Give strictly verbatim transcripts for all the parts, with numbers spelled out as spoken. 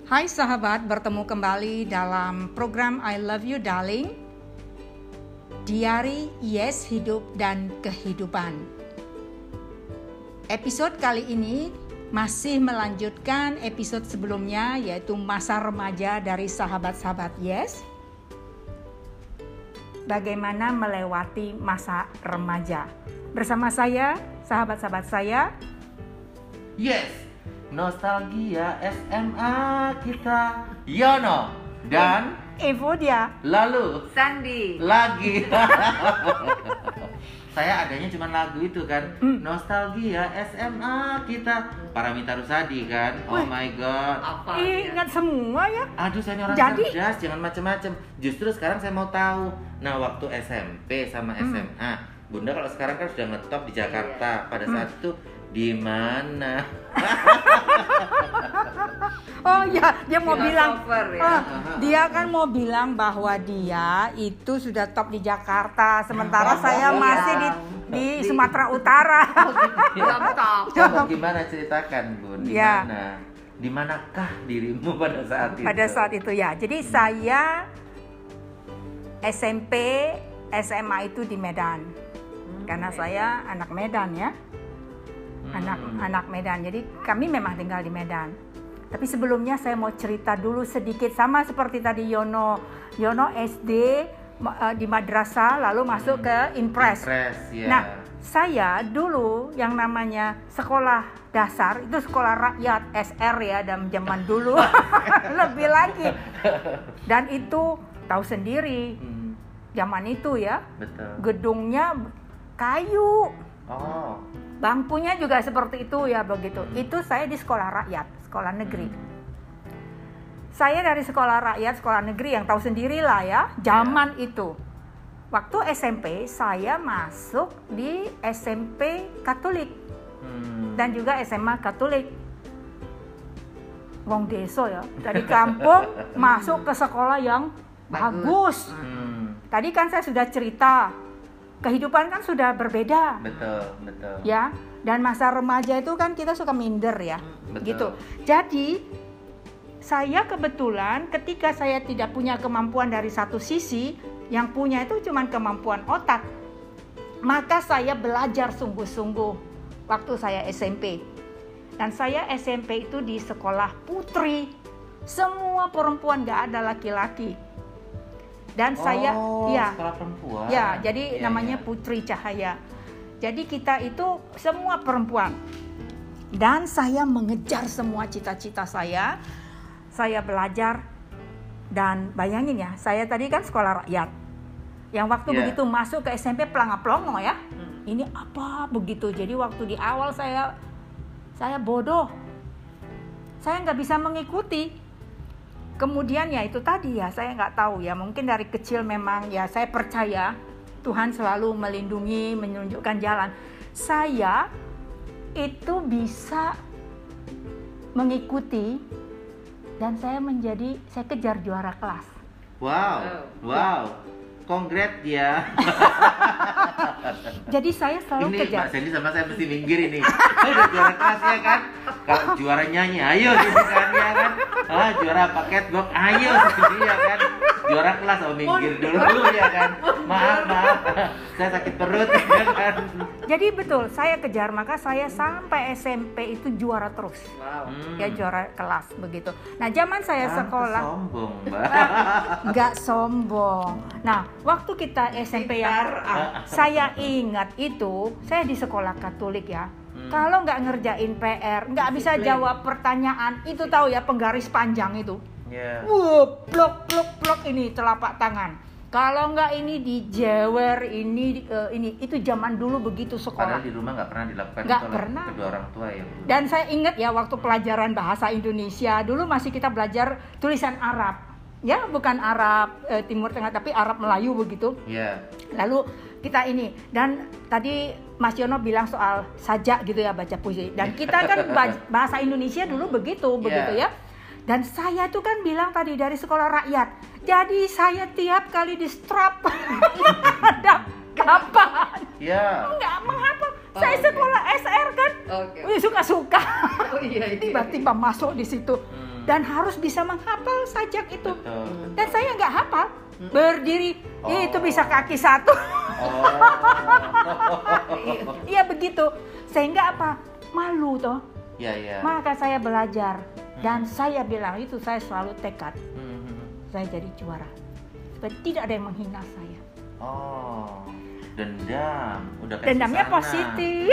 Hai sahabat, bertemu kembali dalam program I Love You Darling, Diari Yes Hidup dan Kehidupan. Episode kali ini masih melanjutkan episode sebelumnya, yaitu masa remaja dari sahabat-sahabat Yes. Bagaimana melewati masa remaja. Bersama saya, sahabat-sahabat saya, Yes, nostalgia S M A kita, Yono dan Evodia, lalu Sandi lagi. Saya adanya cuma lagu itu kan, Hmm. nostalgia S M A kita, Paramitha Rusady kan. Oh Wih. my god. apa ingat semua ya. Aduh, saya ini orang Jadi- cerdas, jangan macem-macem. Justru sekarang saya mau tahu. Nah, waktu S M P sama S M A, Bunda kalau sekarang kan sudah ngetop di Jakarta. Pada saat itu di mana? Oh ya, dia mau bilang, Philosopher, ya. ah, dia kan mau bilang bahwa dia itu sudah top di Jakarta, sementara saya iya. masih di di Di- Sumatera Utara. belum top. Coba gimana ceritakan, Bun? Di Ya. mana? Di manakah dirimu pada saat itu? Pada saat itu ya. Jadi saya S M P, S M A itu di Medan. Karena saya anak Medan ya. Anak Hmm. anak Medan. Jadi kami memang tinggal di Medan. Tapi sebelumnya saya mau cerita dulu sedikit, sama seperti tadi Yono. Yono S D ma- eh, di madrasah lalu masuk ke Impres. Impres, ya. Nah, saya dulu yang namanya sekolah dasar itu sekolah rakyat S R ya, dan zaman dulu lebih lagi. Dan itu tahu sendiri Hmm, zaman itu ya, betul. gedungnya kayu. Oh. Bangkunya juga seperti itu ya, begitu. Itu saya di sekolah rakyat, sekolah negeri. Saya dari sekolah rakyat, sekolah negeri yang tahu sendirilah ya, zaman itu. Waktu S M P saya masuk di S M P Katolik Hmm. dan juga S M A Katolik. Wong deso ya, dari kampung masuk ke sekolah yang bagus. Hmm, Tadi kan saya sudah cerita, kehidupan kan sudah berbeda. betul, betul. Ya, dan masa remaja itu kan kita suka minder ya, Betul. gitu. Jadi saya kebetulan ketika saya tidak punya kemampuan dari satu sisi, yang punya itu cuma kemampuan otak, maka saya belajar sungguh-sungguh waktu saya S M P. Dan saya S M P itu di sekolah putri, semua perempuan, gak ada laki-laki. Dan saya, oh, ya, sekolah perempuan. ya, jadi Iya, namanya iya. Putri Cahaya. Jadi kita itu semua perempuan. Dan saya mengejar semua cita-cita saya. Saya belajar. Dan bayangin ya, saya tadi kan sekolah rakyat. Yang waktu Yeah. begitu masuk ke S M P pelanga-pelongo ya. Ini apa begitu. Jadi waktu di awal saya saya bodoh. Saya nggak bisa mengikuti. Kemudian ya itu tadi ya, saya nggak tahu ya, mungkin dari kecil memang ya saya percaya Tuhan selalu melindungi, menunjukkan jalan. Saya itu bisa mengikuti dan saya menjadi, saya kejar juara kelas. Wow, wow. Congrats ya. Jadi saya selalu Ini kejar. Mbak Sandy sama saya mesti minggir ini. Udah juara kelas ya kan? Kalau juara nyanyi, ayo gitu kan ya kan? Ah, juara paket box, ayo gitu ya kan? Juara kelas, oh minggir dulu ya kan? Maaf, maaf. Saya sakit perut ya kan? Jadi betul, saya kejar, maka saya sampai S M P itu juara terus. Wow. Hmm. Ya juara kelas begitu. Nah, zaman saya Pantes sekolah sombong, Mbak. nggak sombong. Nah, waktu kita S M P yang Pintar. saya ingat itu, saya di sekolah Katolik ya. Hmm. Kalau nggak ngerjain P R, nggak bisa Disiplin. jawab pertanyaan, itu tahu ya, penggaris panjang itu. Ya. Wuh, blok blok blok ini telapak tangan. Kalau nggak ini dijewer, ini eh, ini itu zaman dulu begitu sekolah. Padahal di rumah nggak pernah dilakukan Nggak itu oleh pernah. kedua orang tua ya. Bu. Dan saya ingat ya waktu pelajaran bahasa Indonesia, dulu masih kita belajar tulisan Arab. Ya, bukan Arab eh, Timur Tengah, tapi Arab Melayu begitu. Ya. Lalu kita ini, dan tadi Mas Yono bilang soal sajak gitu ya, baca puisi. Dan kita kan ba- bahasa Indonesia dulu begitu, begitu ya. Dan saya tuh kan bilang tadi dari sekolah rakyat. Jadi saya tiap kali di strap ada kapan. Ya. Enggak menghafal. Oh, Saya oke. sekolah S R kan. Oke. Wih, suka-suka. Oh iya iya. Tiba-tiba masuk di situ. Hmm. Hmm. dan harus bisa menghafal sajak itu. Betul. Dan saya nggak hafal, berdiri Oh. itu bisa kaki satu. Oh. Iya begitu, sehingga apa? Malu toh. Ya, ya. Maka saya belajar dan saya bilang itu saya selalu tekad Hmm. saya jadi juara supaya tidak ada yang menghina saya. Oh, dendam. Udah kayak Dendamnya Susana. positif.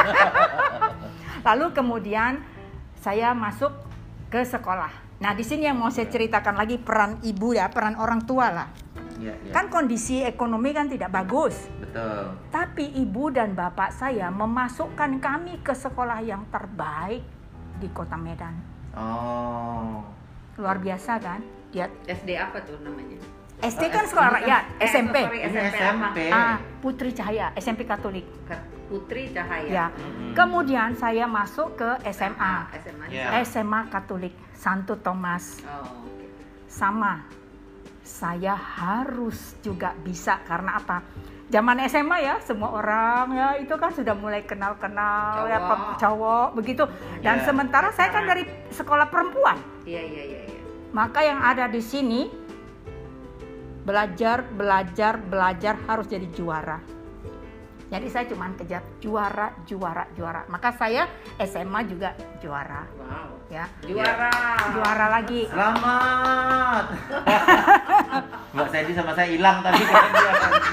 Lalu kemudian saya masuk ke sekolah. Nah di sini yang mau saya ceritakan lagi peran ibu ya, peran orang tua lah. Ya, ya. Kan kondisi ekonomi kan tidak bagus. Betul. Tapi ibu dan bapak saya memasukkan kami ke sekolah yang terbaik di Kota Medan. Oh. Luar biasa kan? Dia S D apa tuh namanya? S D Oh, kan S- sekolah ini kan- rakyat, Eh, S M P. sorry, Ini S M P S M P. apa? Ah, Putri Cahaya, S M P Katolik. Putri Cahaya. Ya. Mm-mm. Kemudian saya masuk ke S M A. S M A. Ya. S M A Katolik Santo Thomas. Oh. Sama. Saya harus juga bisa karena apa? Zaman S M A ya, semua orang ya itu kan sudah mulai kenal-kenal ya Cowok. pe- cowok begitu. Dan Ya. sementara saya kan dari sekolah perempuan. Iya iya iya iya. Maka yang ada di sini belajar, belajar, belajar harus jadi juara. Jadi saya cuma kejar juara, juara, juara. Maka saya S M A juga juara, Wow. ya. Juara. Juara lagi. Selamat. Mbak Sandy sama saya hilang tadi kan dia.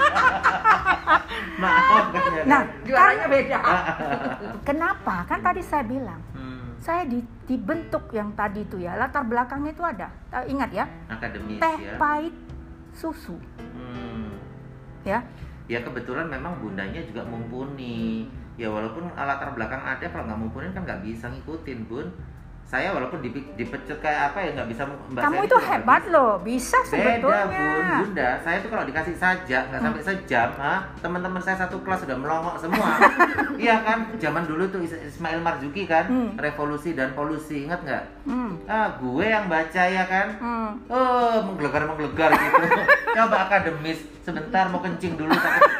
Maaf kan ya. Nah, Juaranya beda. kenapa? Kan tadi saya bilang, Hmm, saya di- dibentuk yang tadi itu ya, latar belakangnya itu ada. Eh, Ingat ya, akademis teh ya. pahit susu, Hmm. ya. Ya kebetulan memang bundanya juga mumpuni. Ya walaupun latar belakang ada, kalau nggak mumpuni kan nggak bisa ngikutin, Bun. Saya walaupun dipe- dipecut kayak apa ya nggak bisa. Mbak Kamu Sandy itu juga nggak hebat bisa. loh, bisa Beda, sebetulnya. Bun. Bunda, saya tuh kalau dikasih sajak nggak sampai sejam, ha? Teman-teman saya satu kelas sudah melongok semua. Iya kan? Zaman dulu tuh Is- Ismail Marzuki kan, Hmm. Revolusi dan Polusi, ingat nggak? Hmm. Ah, gue yang baca ya kan. Hmm. Oh, menggelegar-menggelegar gitu. Coba akademis, sebentar mau kencing dulu.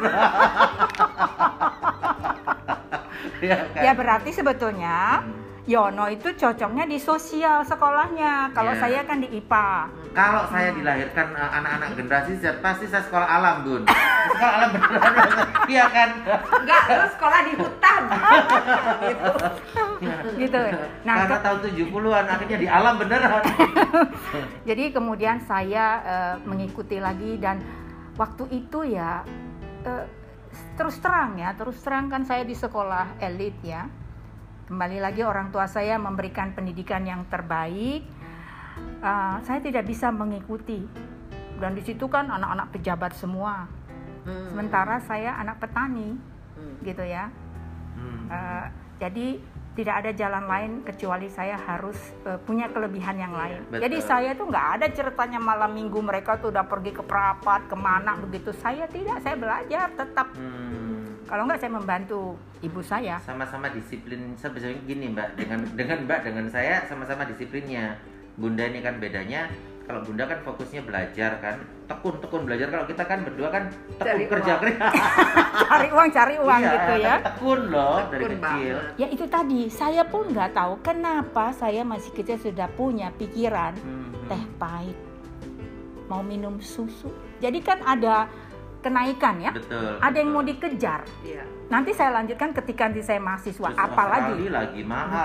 Ya kan? Ya berarti sebetulnya Hmm. Yono itu cocoknya di sosial sekolahnya. Kalau Ya. saya kan di I P A. Kalau saya dilahirkan uh, anak-anak generasi Z, pasti saya sekolah alam, Bun. Sekolah alam beneran. Iya kan? Enggak, lu sekolah di hutan. Gitu. Gitu. Nah, Karena ke- tahun tujuh puluhan akhirnya di alam beneran. jadi kemudian saya eh, mengikuti lagi dan waktu itu ya eh, terus terang ya, terus terang kan saya di sekolah elit ya. Kembali lagi orang tua saya memberikan pendidikan yang terbaik. Uh, saya tidak bisa mengikuti. Dan di situ kan anak-anak pejabat semua. Hmm. Sementara saya anak petani, Hmm. gitu ya. Hmm. Uh, jadi tidak ada jalan lain kecuali saya harus uh, punya kelebihan yang lain. betul. Jadi saya tuh nggak ada ceritanya malam minggu mereka tuh udah pergi ke perapat kemana begitu. Saya tidak, saya belajar tetap. Hmm. Kalau nggak saya membantu ibu saya. Sama-sama disiplin. Sebenarnya gini, Mbak, dengan dengan Mbak dengan saya sama-sama disiplinnya. Bunda ini kan bedanya, kalau Bunda kan fokusnya belajar kan, tekun-tekun belajar. Kalau kita kan berdua kan tekun Cari kerja uang. kerja. Cari uang, cari uang Iya, gitu ya. tapi tekun loh dari Tekun kecil. banget. Ya itu tadi, saya pun nggak tahu kenapa saya masih kecil sudah punya pikiran Hmm. teh pahit, mau minum susu. Jadi kan ada kenaikan ya, Betul. ada yang mau betul. dikejar. Iya. Nanti saya lanjutkan ketika nanti saya mahasiswa, Terus apalagi. Australia lagi mahal.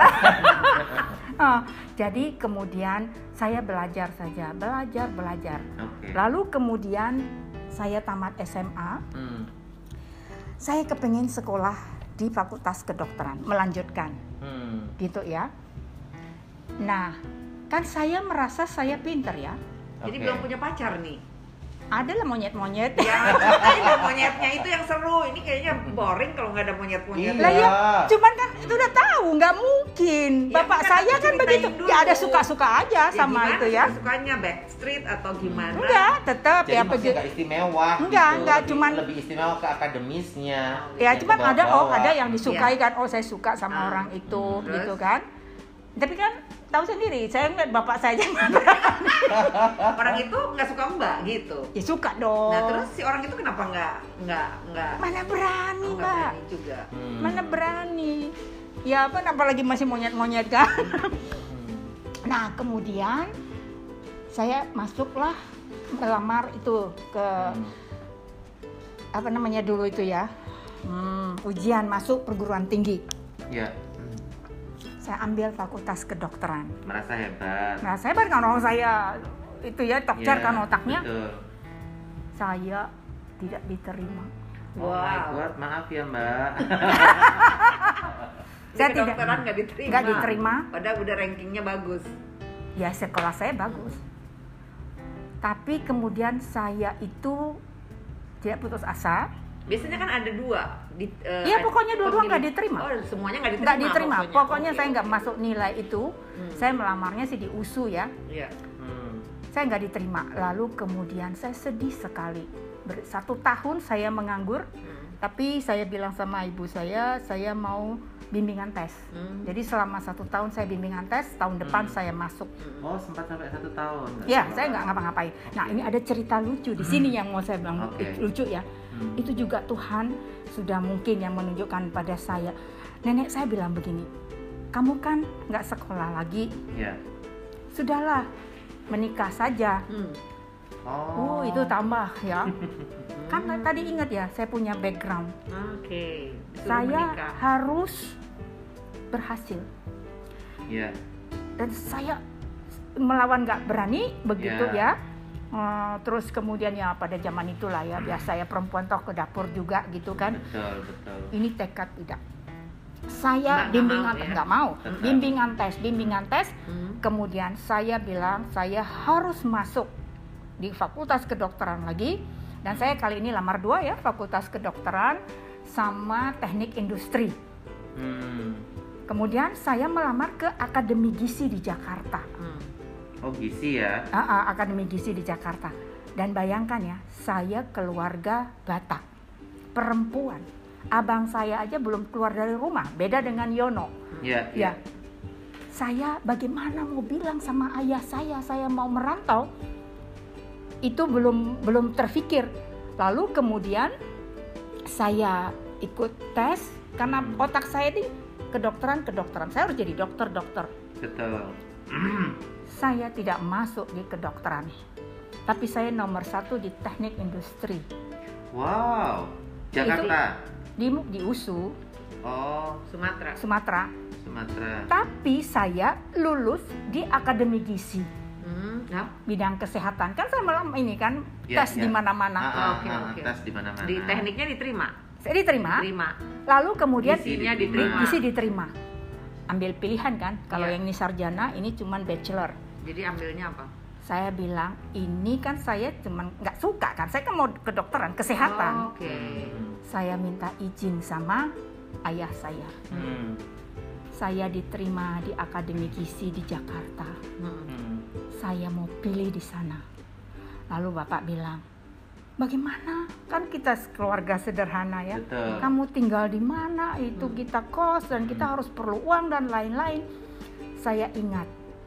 Ah, jadi kemudian saya belajar saja, belajar, belajar. Oke. Lalu kemudian saya tamat S M A, Hmm. saya kepengen sekolah di Fakultas Kedokteran, melanjutkan. Hmm. Gitu ya. Nah, kan saya merasa saya pinter ya. Jadi Oke. belum punya pacar nih. Adalah monyet-monyet. Ya, makanya monyetnya itu yang seru. Ini kayaknya boring kalau nggak ada monyet-monyet. Lah Iya. ya, cuman kan itu udah tahu, nggak mungkin. Ya, Bapak kan saya kan ceritain begitu. dulu. Ya ada suka-suka aja Ya, sama gimana itu ya. Sukanya backstreet atau gimana? Enggak, tetap Jadi ya maksudnya begitu. nggak istimewa. Enggak, gitu. enggak, Lebih- cuman- lebih istimewa ke akademisnya. Ya yang cuman ke ada oh bawah-bawah. ada yang disukai Iya. kan. Oh saya suka sama Ah, orang itu terus? gitu kan. Tapi kan tahu sendiri, saya ngeliat bapak saya aja nggak berani. Orang itu nggak suka mbak gitu. Ya suka dong. Nah terus si orang itu kenapa nggak nggak nggak Mana berani, oh, nggak Mbak? berani juga? Hmm. Mana berani. Ya apa apalagi masih monyet-monyet kan. Hmm. Nah kemudian saya masuklah melamar itu ke Hmm. apa namanya dulu itu ya, hmm, ujian masuk perguruan tinggi. Ya. Saya ambil fakultas kedokteran. Merasa hebat. Nah saya kan orang saya itu ya tokcer Ya, kan otaknya. Betul. Saya tidak diterima. Oh Wow. my god, maaf ya Mbak. Saya Di tidak kedokteran nggak diterima. nggak diterima. Padahal udah rankingnya bagus. Ya sekolah saya bagus. Tapi kemudian saya itu tidak putus asa. Biasanya kan ada dua. Di, eh, Iya, ada pokoknya dua-dua pemilih. nggak diterima. Oh, semuanya nggak diterima. Nggak diterima. Pokoknya Oke, saya nggak oke. masuk nilai itu. Hmm. Saya melamarnya sih di U S U ya. Iya. Hmm. Saya nggak diterima. Lalu kemudian saya sedih sekali. Ber- Satu tahun saya menganggur. Hmm. Tapi saya bilang sama ibu saya, saya mau bimbingan tes. Hmm. Jadi selama satu tahun saya bimbingan tes. Tahun depan Hmm. saya masuk. Oh sempat sampai satu tahun. nggak Ya, sekolah? saya nggak ngapa-ngapain. Nah, ini ada cerita lucu di sini yang mau saya bilang Oke. lucu ya. Hmm. Itu juga Tuhan sudah mungkin yang menunjukkan pada saya. Nenek saya bilang begini, kamu kan nggak sekolah lagi, Ya. sudahlah menikah saja. Hmm. Oh. Oh, itu tambah ya. Kan tadi ingat ya, saya punya background. Oke. Disuruh Saya menikah. harus berhasil. Ya. Dan saya melawan nggak berani begitu Ya. ya. Eh, terus kemudian ya pada zaman itulah ya biasa ya perempuan toh ke dapur juga gitu kan. Betul betul. Ini tekad tidak. Saya Nggak- nggak bimbingan mau ya? nggak mau, Tetap. bimbingan tes, bimbingan tes. Hmm. Kemudian saya bilang saya harus masuk di fakultas kedokteran lagi. Dan saya kali ini lamar dua ya, fakultas kedokteran sama teknik industri. Hmm. Kemudian saya melamar ke Akademi Gizi di Jakarta. Hmm. Oh gizi ya. Ah, ah, Akademi Gizi di Jakarta. Dan bayangkan ya, saya keluarga Batak, perempuan. Abang saya aja belum keluar dari rumah, beda dengan Yono. Ya. Ya, saya bagaimana mau bilang sama ayah saya, saya mau merantau? Itu belum belum terfikir. Lalu kemudian saya ikut tes karena Hmm. otak saya ini kedokteran kedokteran. Saya harus jadi dokter dokter. Betul. Saya tidak masuk di kedokteran, tapi saya nomor satu di teknik industri Wow. Jakarta. di di U S U Oh Sumatera. Sumatera. Sumatera. Tapi saya lulus di Akademi Gizi Hmm. Nah, bidang kesehatan. Kan saya malam ini kan Ya, tes ya. di Ah, mana-mana. ah, Oke, ah, oke. tes di mana-mana. di tekniknya diterima. Saya diterima. Terima. Lalu kemudian Gizinya Gizi diterima. gizi diterima. Ambil pilihan kan. Kalau Iya. yang ini sarjana, ini cuman bachelor. Jadi ambilnya apa? Saya bilang ini kan saya cuman nggak suka kan. Saya kan mau kedokteran kesehatan. Oh, Oke. Hmm. Saya minta izin sama ayah saya. Hmm. Saya diterima di Akademi Gizi di Jakarta. Hmm. Hmm. Saya mau pilih di sana. Lalu bapak bilang, bagaimana? Kan kita keluarga sederhana ya. Betul. Kamu tinggal di mana? Itu Hmm. kita kos dan kita Hmm. harus perlu uang dan lain-lain. Saya ingat,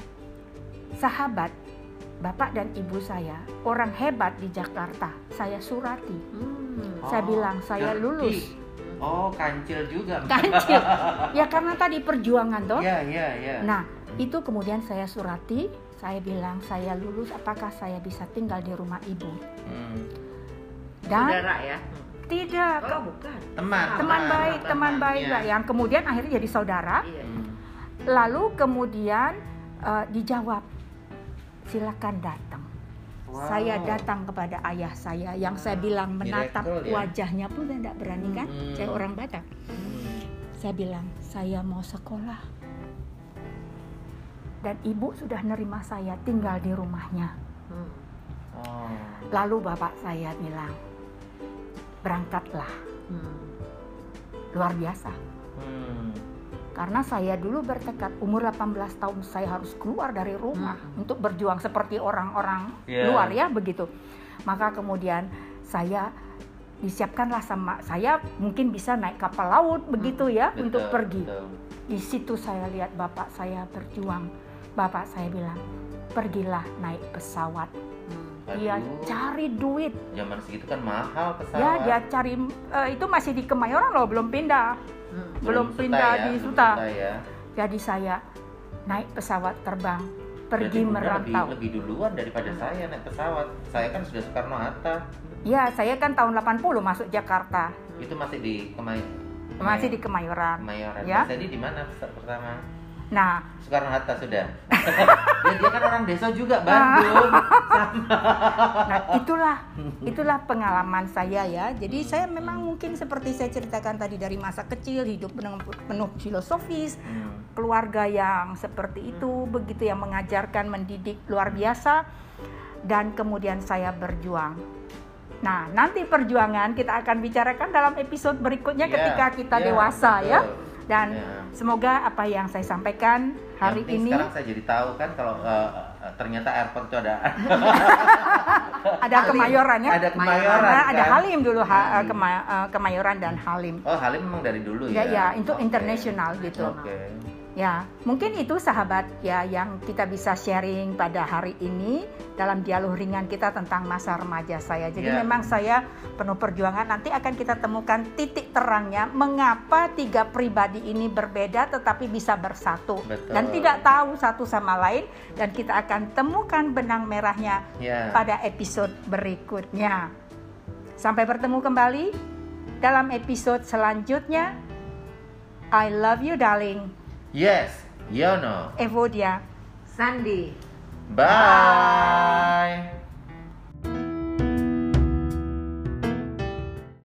sahabat bapak dan ibu saya, orang hebat di Jakarta. Saya surati. Hmm. Saya Oh, bilang, saya Turki. lulus. Oh, kancil juga. Kancil. Ya karena tadi perjuangan toh. Iya, iya, iya. Nah, itu kemudian saya surati, saya bilang saya lulus, apakah saya bisa tinggal di rumah ibu? Hmm. Dan Saudara ya. Hmm. tidak, Oh, bukan. Teman, teman teman, baik, teman teman, baik iya. lah, yang kemudian akhirnya jadi saudara. Iya. Hmm. Lalu kemudian eh, dijawab, silakan datang. Wow. Saya datang kepada ayah saya yang saya bilang menatap Miracle, ya? wajahnya pun saya tidak berani kan, Hmm. saya orang Batak. Hmm. Saya bilang, saya mau sekolah. Dan ibu sudah nerima saya tinggal di rumahnya. Hmm. Oh. Lalu bapak saya bilang, berangkatlah. Hmm. Luar biasa. Hmm. Karena saya dulu bertekad umur delapan belas tahun saya harus keluar dari rumah Hmm. untuk berjuang seperti orang-orang Yeah. luar ya begitu. Maka kemudian saya disiapkanlah sama saya mungkin bisa naik kapal laut begitu ya Betul, untuk pergi. betul. Di situ saya lihat bapak saya berjuang. Bapak saya bilang, pergilah naik pesawat. Hmm. Dia Aduh, cari duit. zaman segitu kan mahal pesawat. Ya dia cari eh, itu masih di Kemayoran loh, belum pindah. Hmm. belum Suta pindah ya, di belum Suta. ya. Jadi saya naik pesawat terbang pergi Berarti Bunda merantau. Lebih, lebih duluan daripada saya naik pesawat. Saya kan sudah Soekarno Hatta. Ya, saya kan tahun delapan puluh masuk Jakarta. Itu masih di Kemay. Masih di Kemayoran. Kemayoran. Ya. Mas Edi di mana pertama? Nah, Soekarno Hatta sudah. dia, dia kan orang desa juga, Bandung. nah itulah itulah pengalaman saya ya. Jadi saya memang mungkin seperti saya ceritakan tadi dari masa kecil hidup penuh, penuh filosofis, Hmm. keluarga yang seperti itu, begitu yang mengajarkan, mendidik luar biasa, dan kemudian saya berjuang. Nah, nanti perjuangan kita akan bicarakan dalam episode berikutnya Yeah, ketika kita yeah, dewasa betul. ya. Dan Yeah. semoga apa yang saya sampaikan hari Yang penting ini sekarang saya jadi tahu kan kalau uh, uh, ternyata airport itu ada ada Kemayoran ya. ada Kemayoran. Karena ada kan? Halim dulu ha, Hmm. Kema- eh, Kemayoran dan Halim. Oh, Halim memang dari dulu Ya ya. ya, itu Oke. internasional gitu. Oke. Ya, mungkin itu sahabat ya yang kita bisa sharing pada hari ini dalam dialog ringan kita tentang masa remaja saya. Jadi Ya. memang saya penuh perjuangan, nanti akan kita temukan titik terangnya mengapa tiga pribadi ini berbeda tetapi bisa bersatu. Betul. Dan tidak tahu satu sama lain, dan kita akan temukan benang merahnya Ya. pada episode berikutnya. Sampai bertemu kembali dalam episode selanjutnya. I love you darling. Yes, Yono. Evodia. Sandi. Bye.